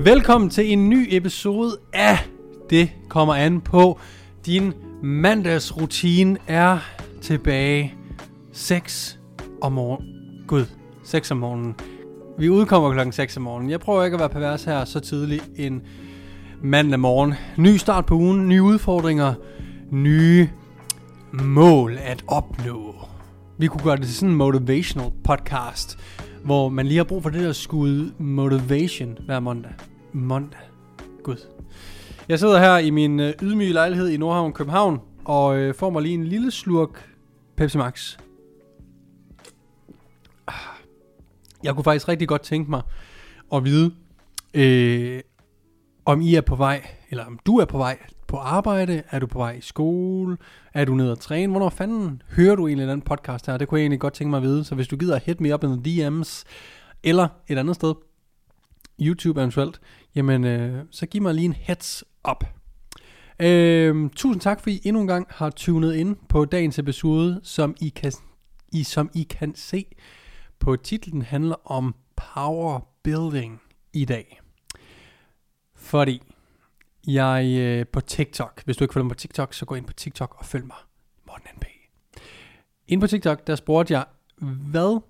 Velkommen til en ny episode af Det kommer an på. Din mandagsrutine er tilbage 6 om morgenen. 6 om morgenen. Vi udkommer klokken 6 om morgenen. Jeg prøver ikke at være pervers her så tidligt en mandag morgen. Ny start på ugen, nye udfordringer, nye mål at opnå. Vi kunne gøre det til sådan en motivational podcast, hvor man lige har brug for det der skud motivation hver mandag. Gud. Jeg sidder her i min ydmyge lejlighed i Nordhavn, København, og får mig lige en lille slurk Pepsi Max. Jeg kunne faktisk rigtig godt tænke mig at vide, om I er på vej, eller om du er på vej på arbejde, er du på vej i skole, er du nede at træne, hvornår fanden hører du egentlig den podcast her? Det kunne jeg egentlig godt tænke mig at vide, så hvis du gider hit me up in the DM's, eller et andet sted, YouTube eventuelt, jamen så giv mig lige en heads up. Tusind tak, fordi I endnu en gang har tunet ind på dagens episode, som I kan se på titlen, handler om power building i dag. Fordi jeg på TikTok, hvis du ikke følger mig på TikTok, så gå ind på TikTok og følg mig, Morten NP. Inde på TikTok, der spurgte jeg, hvad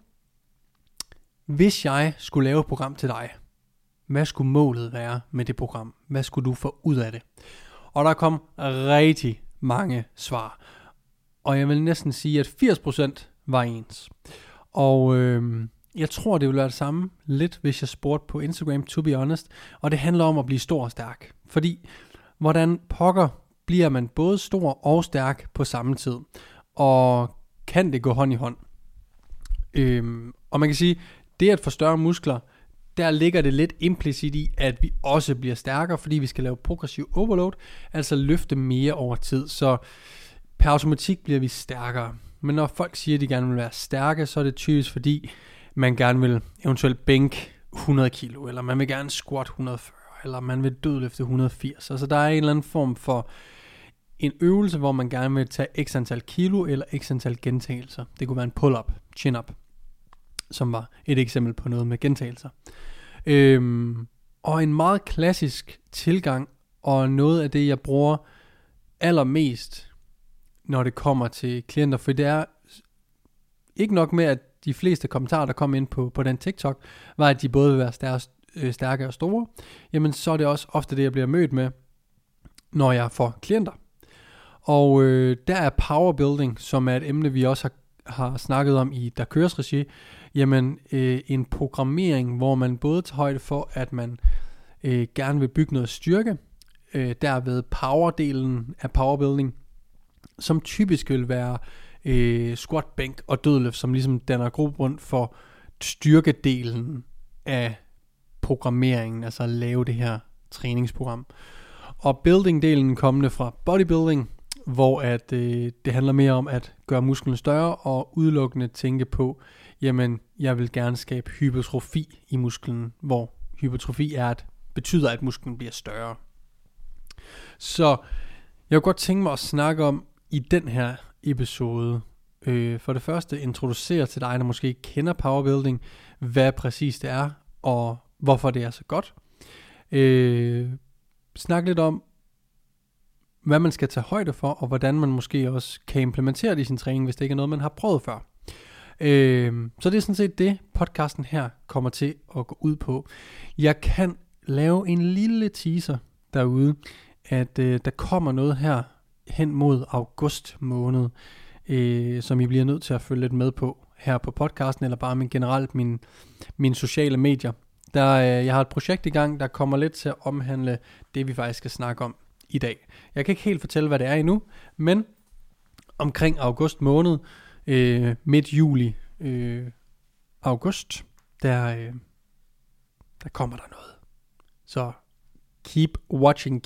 hvis jeg skulle lave et program til dig? Hvad skulle målet være med det program? Hvad skulle du få ud af det? Og der kom rigtig mange svar. Og jeg vil næsten sige, at 80% var ens. Og jeg tror, det vil være det samme lidt, hvis jeg spurgte på Instagram, to be honest. Og det handler om at blive stor og stærk. Fordi, hvordan pokker bliver man både stor og stærk på samme tid? Og kan det gå hånd i hånd? Og man kan sige, det at få større muskler, der ligger det lidt implicit i, at vi også bliver stærkere, fordi vi skal lave progressiv overload, altså løfte mere over tid. Så per automatik bliver vi stærkere. Men når folk siger, at de gerne vil være stærke, så er det typisk fordi, man gerne vil eventuelt bænke 100 kilo, eller man vil gerne squat 140, eller man vil dødløfte 180. Altså der er en eller anden form for en øvelse, hvor man gerne vil tage x antal kilo, eller x antal gentagelser. Det kunne være en pull-up, chin-up, som var et eksempel på noget med gentagelser. Og en meget klassisk tilgang, og noget af det, jeg bruger allermest, når det kommer til klienter, for det er ikke nok med, at de fleste kommentarer, der kom ind på den TikTok, var, at de både vil være stærke og store, jamen så er det også ofte det, jeg bliver mødt med, når jeg får klienter. Og der er powerbuilding, som er et emne, vi også har snakket om i Der Køres regi, jamen en programmering, hvor man både tager højde for, at man gerne vil bygge noget styrke, derved powerdelen af powerbuilding, som typisk vil være squat, bænk og dødløft, som ligesom danner grobund for styrkedelen af programmeringen, altså at lave det her træningsprogram. Og building-delen kommende fra bodybuilding, hvor at det handler mere om at gøre musklen større og udelukkende tænke på, jamen jeg vil gerne skabe hypertrofi i musklen, hvor hypertrofi betyder, at musklen bliver større. Så jeg kunne godt tænke mig at snakke om i den her episode, for det første introducere til dig, der måske ikke kender powerbuilding, hvad præcis det er, og hvorfor det er så godt. Snak lidt om, hvad man skal tage højde for, og hvordan man måske også kan implementere det i sin træning, hvis det ikke er noget, man har prøvet før. Så det er sådan set det, podcasten her kommer til at gå ud på. Jeg kan lave en lille teaser derude, at der kommer noget her hen mod august måned, som I bliver nødt til at følge lidt med på her på podcasten, eller bare generelt mine sociale medier. Jeg har et projekt i gang, der kommer lidt til at omhandle det, vi faktisk skal snakke om i dag. Jeg kan ikke helt fortælle, hvad det er endnu, men omkring august måned, midt juli, august, der kommer der noget. Så keep watching,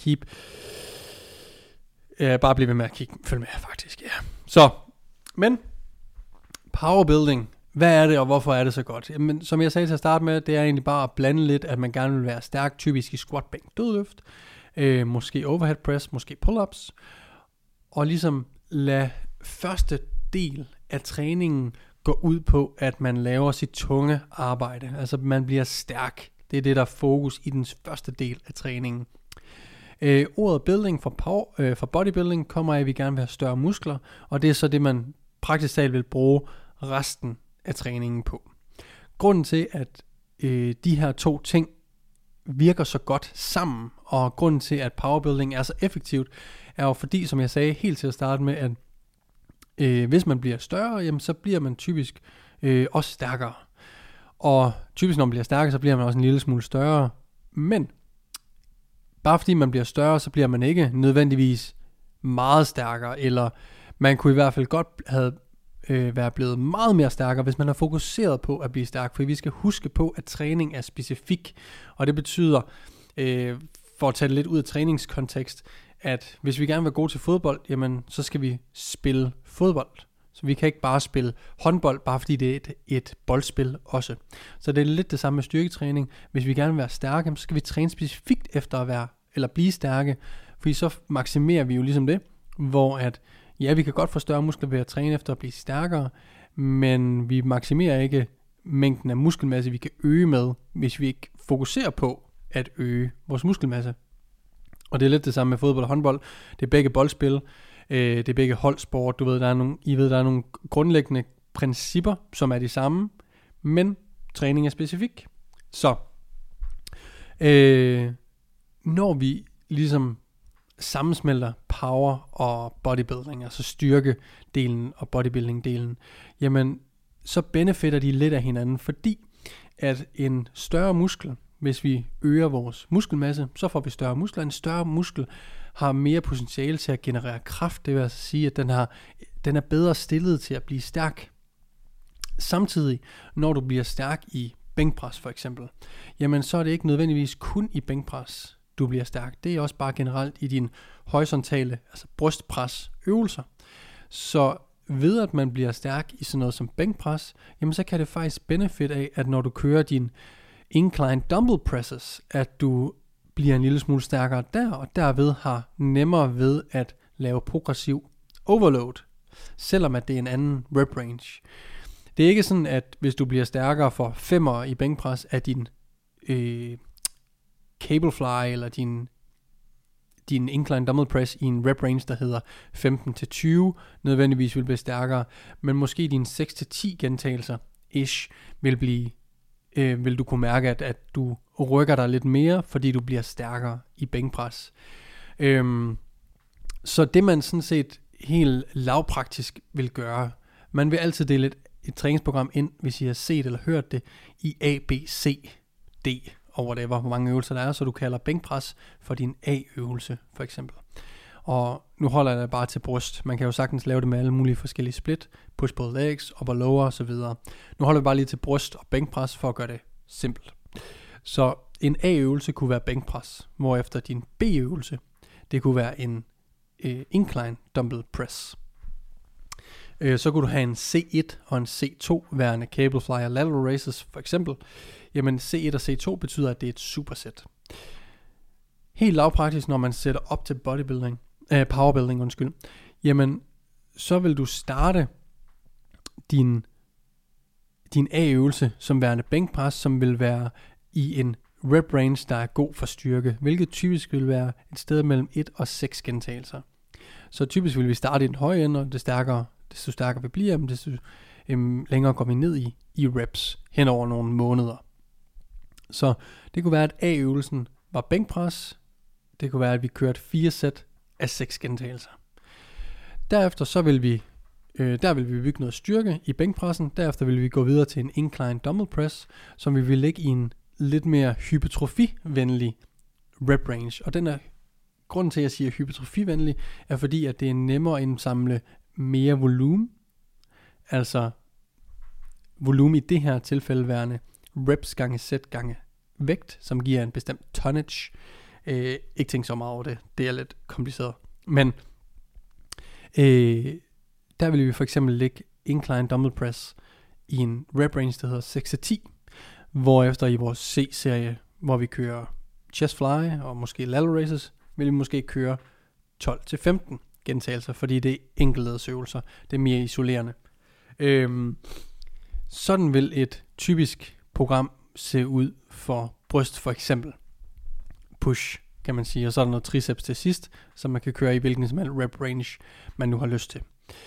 bare bliv ved med at følg med faktisk, ja. Så, men powerbuilding, hvad er det, og hvorfor er det så godt? Jamen, som jeg sagde til at starte med, det er egentlig bare at blande lidt, at man gerne vil være stærk, typisk i squat, bænk, dødløft, måske overhead press, måske pull-ups, og ligesom lade første del af træningen gå ud på, at man laver sit tunge arbejde, altså man bliver stærk. Det er det, der er fokus i den første del af træningen. Ordet building for bodybuilding kommer af, at vi gerne vil have større muskler, og det er så det, man praktisk talt vil bruge resten af træningen på. Grunden til, at de her to ting virker så godt sammen, og grunden til, at powerbuilding er så effektivt, er jo fordi, som jeg sagde helt til at starte med, at hvis man bliver større, jamen, så bliver man typisk også stærkere. Og typisk når man bliver stærkere, så bliver man også en lille smule større. Men bare fordi man bliver større, så bliver man ikke nødvendigvis meget stærkere, eller man kunne i hvert fald godt have være blevet meget mere stærkere, hvis man har fokuseret på at blive stærk. For vi skal huske på, at træning er specifik, og det betyder, for at tage det lidt ud af træningskontekst, at hvis vi gerne vil være gode til fodbold, jamen så skal vi spille fodbold. Så vi kan ikke bare spille håndbold, bare fordi det er et boldspil også. Så det er lidt det samme med styrketræning. Hvis vi gerne vil være stærke, så skal vi træne specifikt efter at være, eller blive stærke, fordi så maksimerer vi jo ligesom det, hvor at, ja, vi kan godt få større muskler ved at træne efter at blive stærkere, men vi maksimerer ikke mængden af muskelmasse, vi kan øge med, hvis vi ikke fokuserer på at øge vores muskelmasse. Og det er lidt det samme med fodbold og håndbold. Det er begge boldspil. Det er begge holdsport. Du ved, der er nogle grundlæggende principper, som er de samme, men træning er specifik. Så når vi ligesom sammensmelter power og bodybuilding, altså styrkedelen og bodybuilding-delen, jamen så benefitter de lidt af hinanden, fordi at en større muskel, hvis vi øger vores muskelmasse, så får vi større muskler. En større muskel har mere potentiale til at generere kraft. Det vil altså sige, at den er bedre stillet til at blive stærk. Samtidig, når du bliver stærk i bænkpres for eksempel, jamen så er det ikke nødvendigvis kun i bænkpres, du bliver stærk. Det er også bare generelt i din horisontale, altså brystpres øvelser. Så ved at man bliver stærk i sådan noget som bænkpres, jamen så kan det faktisk benefit af, at når du kører din incline dumbbell presses, at du bliver en lille smule stærkere der, og derved har nemmere ved at lave progressiv overload, selvom at det er en anden rep range. Det er ikke sådan, at hvis du bliver stærkere for 5'er i bænkpres, at din cable fly eller din incline dumbbell press i en rep range, der hedder 15-20, nødvendigvis vil blive stærkere, men måske dine 6-10 gentagelser ish vil du kunne mærke, at du rykker dig lidt mere, fordi du bliver stærkere i bænkpres. Så det man sådan set helt lavpraktisk vil gøre, man vil altid dele et træningsprogram ind, hvis I har set eller hørt det, i A, B, C, D, og whatever, hvor mange øvelser der er, så du kalder bænkpres for din A-øvelse, for eksempel. Og nu holder jeg det bare til bryst. Man kan jo sagtens lave det med alle mulige forskellige split, push pull legs, upper lower osv. Nu holder vi bare lige til bryst og bænkpres for at gøre det simpelt. Så en A-øvelse kunne være bænkpres, hvorefter din B-øvelse, det kunne være en incline dumbbell press. Så kunne du have en C1 og en C2 værende cable fly og lateral raises for eksempel. Jamen C1 og C2 betyder, at det er et supersæt. Helt lavpraktisk, når man sætter op til powerbuilding, jamen så vil du starte din A-øvelse som værende bænkpres, som vil være i en rep range, der er god for styrke, hvilket typisk vil være et sted mellem 1 og 6 gentagelser. Så typisk vil vi starte i den høje ende, og desto stærkere vi bliver, desto længere går vi ned i reps hen over nogle måneder. Så det kunne være, at A-øvelsen var bænkpres. Det kunne være, at vi kørte 4 sæt af 6 gentagelser. Derefter så vil vi bygge noget styrke i bænkpressen. Derefter vil vi gå videre til en incline dumbbell press, som vi vil lægge i en lidt mere hypertrofi-venlig rep range. Og grunden til, at jeg siger hypertrofi-venlig, er fordi, at det er nemmere at indsamle mere volumen. Altså volumen i det her tilfælde værende reps gange sæt gange vægt, som giver en bestemt tonnage. Ikke tænk så meget over det. Det er lidt kompliceret. Men der vil vi for eksempel lægge incline dumbbell press i en rep range, der hedder 6-10, hvorefter i vores C-serie, hvor vi kører chest fly og måske lateral raises, vil vi måske køre 12-15 gentagelser, fordi det er enkeltledsøvelser. Det er mere isolerende. Sådan vil et typisk program se ud for bryst for eksempel. Push, kan man sige. Og så er der noget triceps til sidst, som man kan køre i hvilken som helst rep range, man nu har lyst til.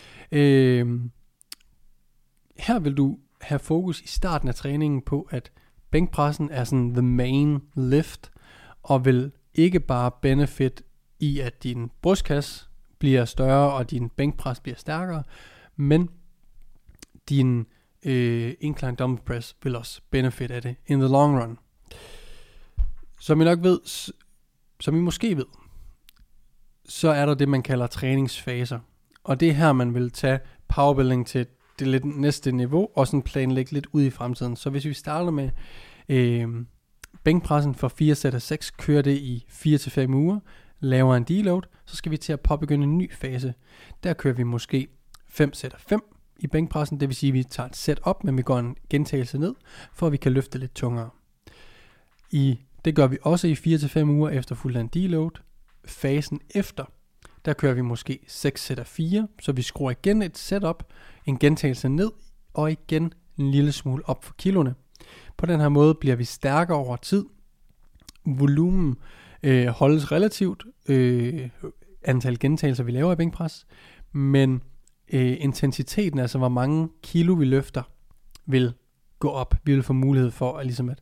Her vil du have fokus i starten af træningen på, at bænkpressen er sådan the main lift, og vil ikke bare benefit i, at din brystkasse bliver større, og din bænkpres bliver stærkere, men din incline dumbbell press vil også benefit af det in the long run. Som I måske ved, så er der det, man kalder træningsfaser. Og det er her, man vil tage powerbuilding til det lidt næste niveau, og sådan planlægge lidt ud i fremtiden. Så hvis vi starter med bænkpressen for 4 sæt af 6, kører det i 4-5 uger, laver en deload, så skal vi til at påbegynde en ny fase. Der kører vi måske 5 sæt af 5 i bænkpressen, det vil sige, at vi tager et sæt op, men vi går en gentagelse ned, for at vi kan løfte lidt tungere. Det gør vi også i 4-5 uger efter fuldend deload. Fasen efter, der kører vi måske 6 sæt af 4, så vi skruer igen et sæt op, en gentagelse ned, og igen en lille smule op for kiloene. På den her måde bliver vi stærkere over tid. Volumen holdes relativt, antal gentagelser vi laver i bænkpres, men intensiteten, altså hvor mange kilo vi løfter, vil gå op. Vi vil få mulighed for at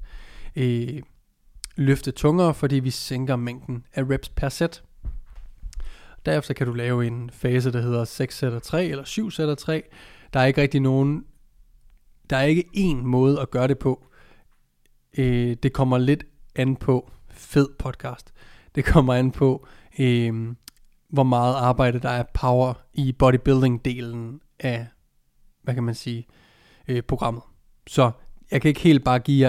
løfte tungere, fordi vi sænker mængden af reps per sæt. Derefter kan du lave en fase, der hedder 6 sæt af 3 eller 7 sæt af 3. Der er ikke én måde at gøre det på. Det kommer lidt an på fed podcast. Det kommer an på hvor meget arbejde der er power i bodybuilding-delen af, hvad kan man sige, programmet. Så jeg kan ikke helt bare give jer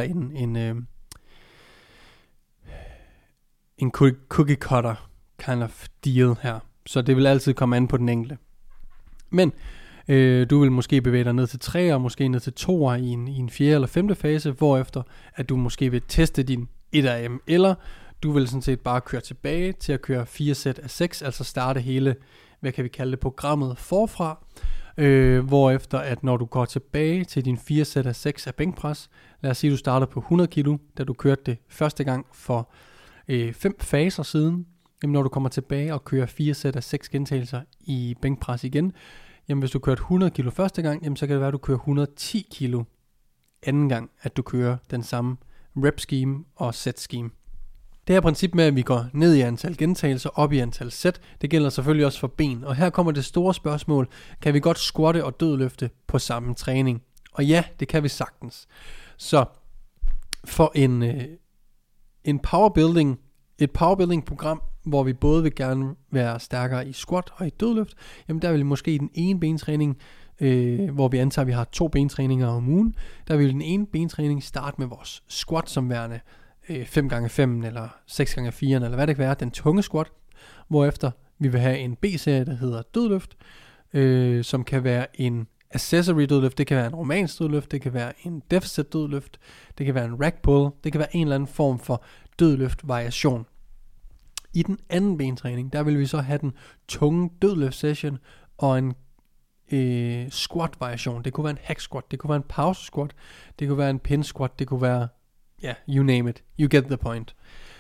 en cookie cutter kind of deal her. Så det vil altid komme an på den enkelte. Men du vil måske bevæge dig ned til 3'er, måske ned til 2'er i en 4. eller 5. fase, hvorefter at du måske vil teste din 1RM, eller du vil sådan set bare køre tilbage til at køre 4 sæt af 6, altså starte hele, hvad kan vi kalde det, programmet forfra, hvorefter at når du går tilbage til din 4 sæt af 6 af bænkpres, lad os sige du starter på 100 kilo, da du kørte det første gang for 5 faser siden, jamen når du kommer tilbage og kører 4 sæt af 6 gentagelser i bænkpres igen, jamen hvis du kørte 100 kilo første gang, jamen så kan det være at du kører 110 kilo anden gang, at du kører den samme rep scheme og set scheme. Det her princip med, at vi går ned i antal gentagelser, op i antal sæt, det gælder selvfølgelig også for ben. Og her kommer det store spørgsmål, kan vi godt squatte og dødløfte på samme træning? Og ja, det kan vi sagtens. Så for et powerbuilding program, hvor vi både vil gerne være stærkere i squat og i dødløft, jamen der vil måske i den ene bentræning, hvor vi antager, at vi har 2 bentræninger om ugen, der vil den ene bentræning starte med vores squat som værende 5x5 eller 6x4 eller hvad det kan være, den tunge squat, hvorefter vi vil have en B-serie, der hedder dødløft, som kan være en accessory dødløft, det kan være en romansk dødløft, det kan være en deficit dødløft, det kan være en rack pull, det kan være en eller anden form for dødløft variation. I den anden bentræning, der vil vi så have den tunge dødløft session og en squat variation. Det kunne være en hack squat, det kunne være en pause squat, det kunne være en pin squat, det kunne være you name it, you get the point.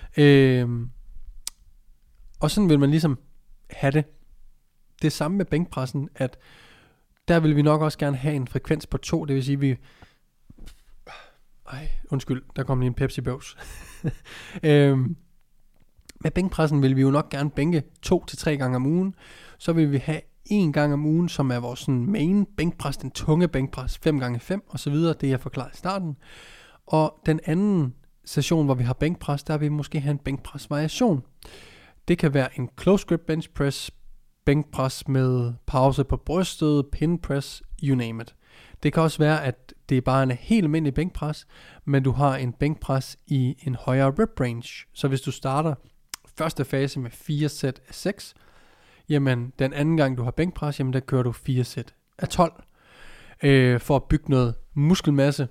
Og sådan vil man ligesom have det. Det samme med bænkpressen, at der vil vi nok også gerne have en frekvens på 2, det vil sige der kom lige en Pepsi Bøvs. Med bænkpressen vil vi jo nok gerne bænke 2-3 gange om ugen. Så vil vi have 1 gang om ugen, som er vores sådan main bænkpres, den tunge bænkpres, 5x5 og så videre, det jeg forklarede i starten. Og den anden session, hvor vi har bænkpres, der vil vi måske have en bænkpres variation. Det kan være en close grip bench press, bænkpres med pause på brystet, pin press, you name it. Det kan også være, at det er bare en helt almindelig bænkpres, men du har en bænkpres i en højere rep range. Så hvis du starter første fase med 4 sæt af 6, jamen den anden gang du har bænkpres, jamen der kører du 4 sæt af 12, for at bygge noget muskelmasse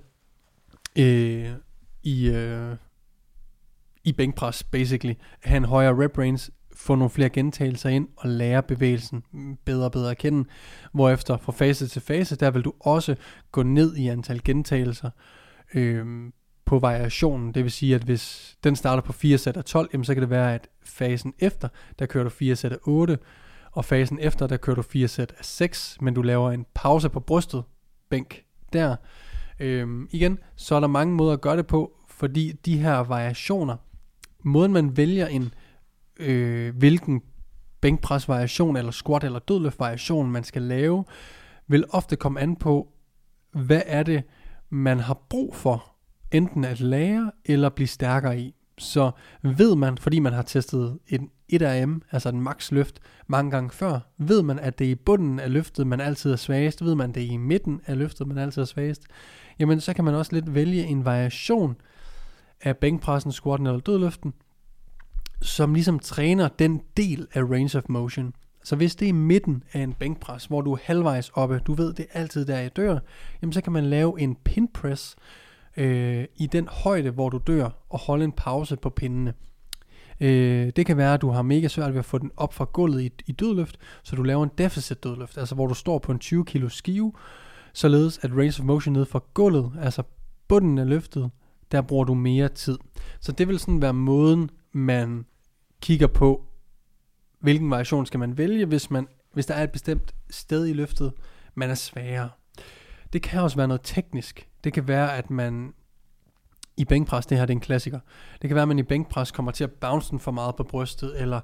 i bænkpres, basically. Have en højere rep range, få nogle flere gentagelser ind og lære bevægelsen bedre og bedre at kende. Hvorefter fra fase til fase, der vil du også gå ned i antal gentagelser på variationen. Det vil sige, at hvis den starter på 4 sæt af 12, jamen så kan det være, at fasen efter, der kører du 4 sæt af 8, og fasen efter, der kører du 4 sæt af 6, men du laver en pause på brystet, bænk der. Igen, så er der mange måder at gøre det på, fordi de her variationer, måden man vælger hvilken bænkpres variation, eller squat eller dødløft variation, man skal lave, vil ofte komme an på, hvad er det, man har brug for, enten at lære eller blive stærkere i. Så ved man, fordi man har testet en 1RM, altså en max løft, mange gange før, ved man, at det er i bunden af løftet, man altid er svagest, ved man, at det er i midten af løftet, man altid er svagest, jamen så kan man også lidt vælge en variation af bænkpressen, squatten eller dødløften, som ligesom træner den del af range of motion. Så hvis det er i midten af en bænkpres, hvor du er halvvejs oppe, du ved, det er altid der, jeg dør, jamen så kan man lave en pin press i den højde, hvor du dør, og holde en pause på pindene. Det kan være, at du har mega svært ved at få den op fra gulvet i dødløft, så du laver en deficit dødløft, altså hvor du står på en 20 kilo skive, således at range of motion nede fra gulvet, altså bunden af løftet, der bruger du mere tid. Så det vil sådan være måden, man kigger på, hvilken variation skal man vælge, hvis der er et bestemt sted i løftet, man er svagere. Det kan også være noget teknisk. Det kan være, at man i bænkpres, det her det er en klassiker, det kan være, at man i bænkpres kommer til at bounce den for meget på brystet, eller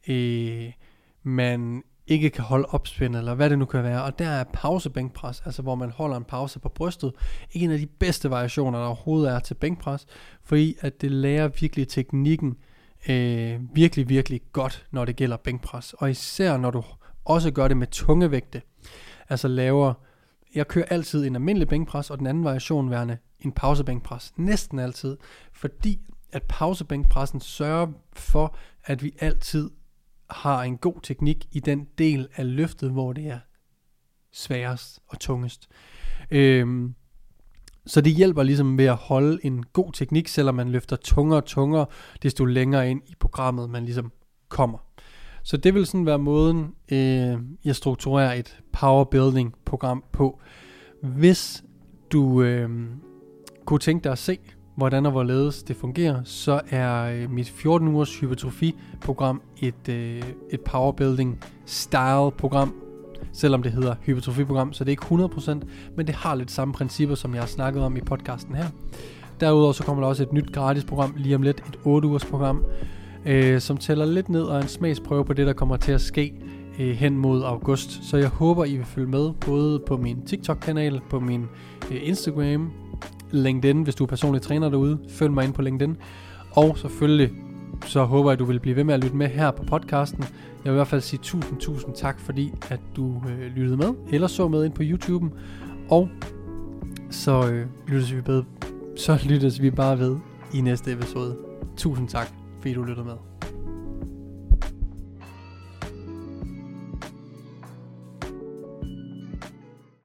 man ikke kan holde opspændet, eller hvad det nu kan være. Og der er pausebænkpres, altså hvor man holder en pause på brystet, ikke en af de bedste variationer, der overhovedet er til bænkpres, fordi at det lærer virkelig teknikken virkelig, virkelig godt, når det gælder bænkpres. Og især når du også gør det med tunge vægte. Altså jeg kører altid en almindelig bænkpres, og den anden variation værende en pausebænkpres. Næsten altid. Fordi at pausebænkpressen sørger for, at vi altid har en god teknik i den del af løftet, hvor det er sværest og tungest. Så det hjælper ligesom ved at holde en god teknik, selvom man løfter tungere og tungere, desto længere ind i programmet man ligesom kommer. Så det vil sådan være måden, jeg strukturerer et powerbuilding program på. Hvis du kunne tænke dig at se, hvordan og hvorledes det fungerer, så er mit 14 ugers hypertrofi-program et powerbuilding style program, selvom det hedder hypertrofi-program, så det er ikke 100%, men det har lidt samme principper, som jeg har snakket om i podcasten her. Derudover så kommer der også et nyt gratis program lige om lidt, et 8 ugers program, som tæller lidt ned og en smagsprøve på det, der kommer til at ske hen mod august. Så jeg håber, I vil følge med, både på min TikTok-kanal, på min Instagram, LinkedIn, hvis du er personlig træner derude, følg mig ind på LinkedIn, og selvfølgelig så håber jeg, at du vil blive ved med at lytte med her på podcasten. Jeg vil i hvert fald sige tusind tak, fordi at du lyttede med, eller så med ind på YouTube'en, og så lyttes vi bare ved i næste episode. Tusind tak, fordi du lyttede med.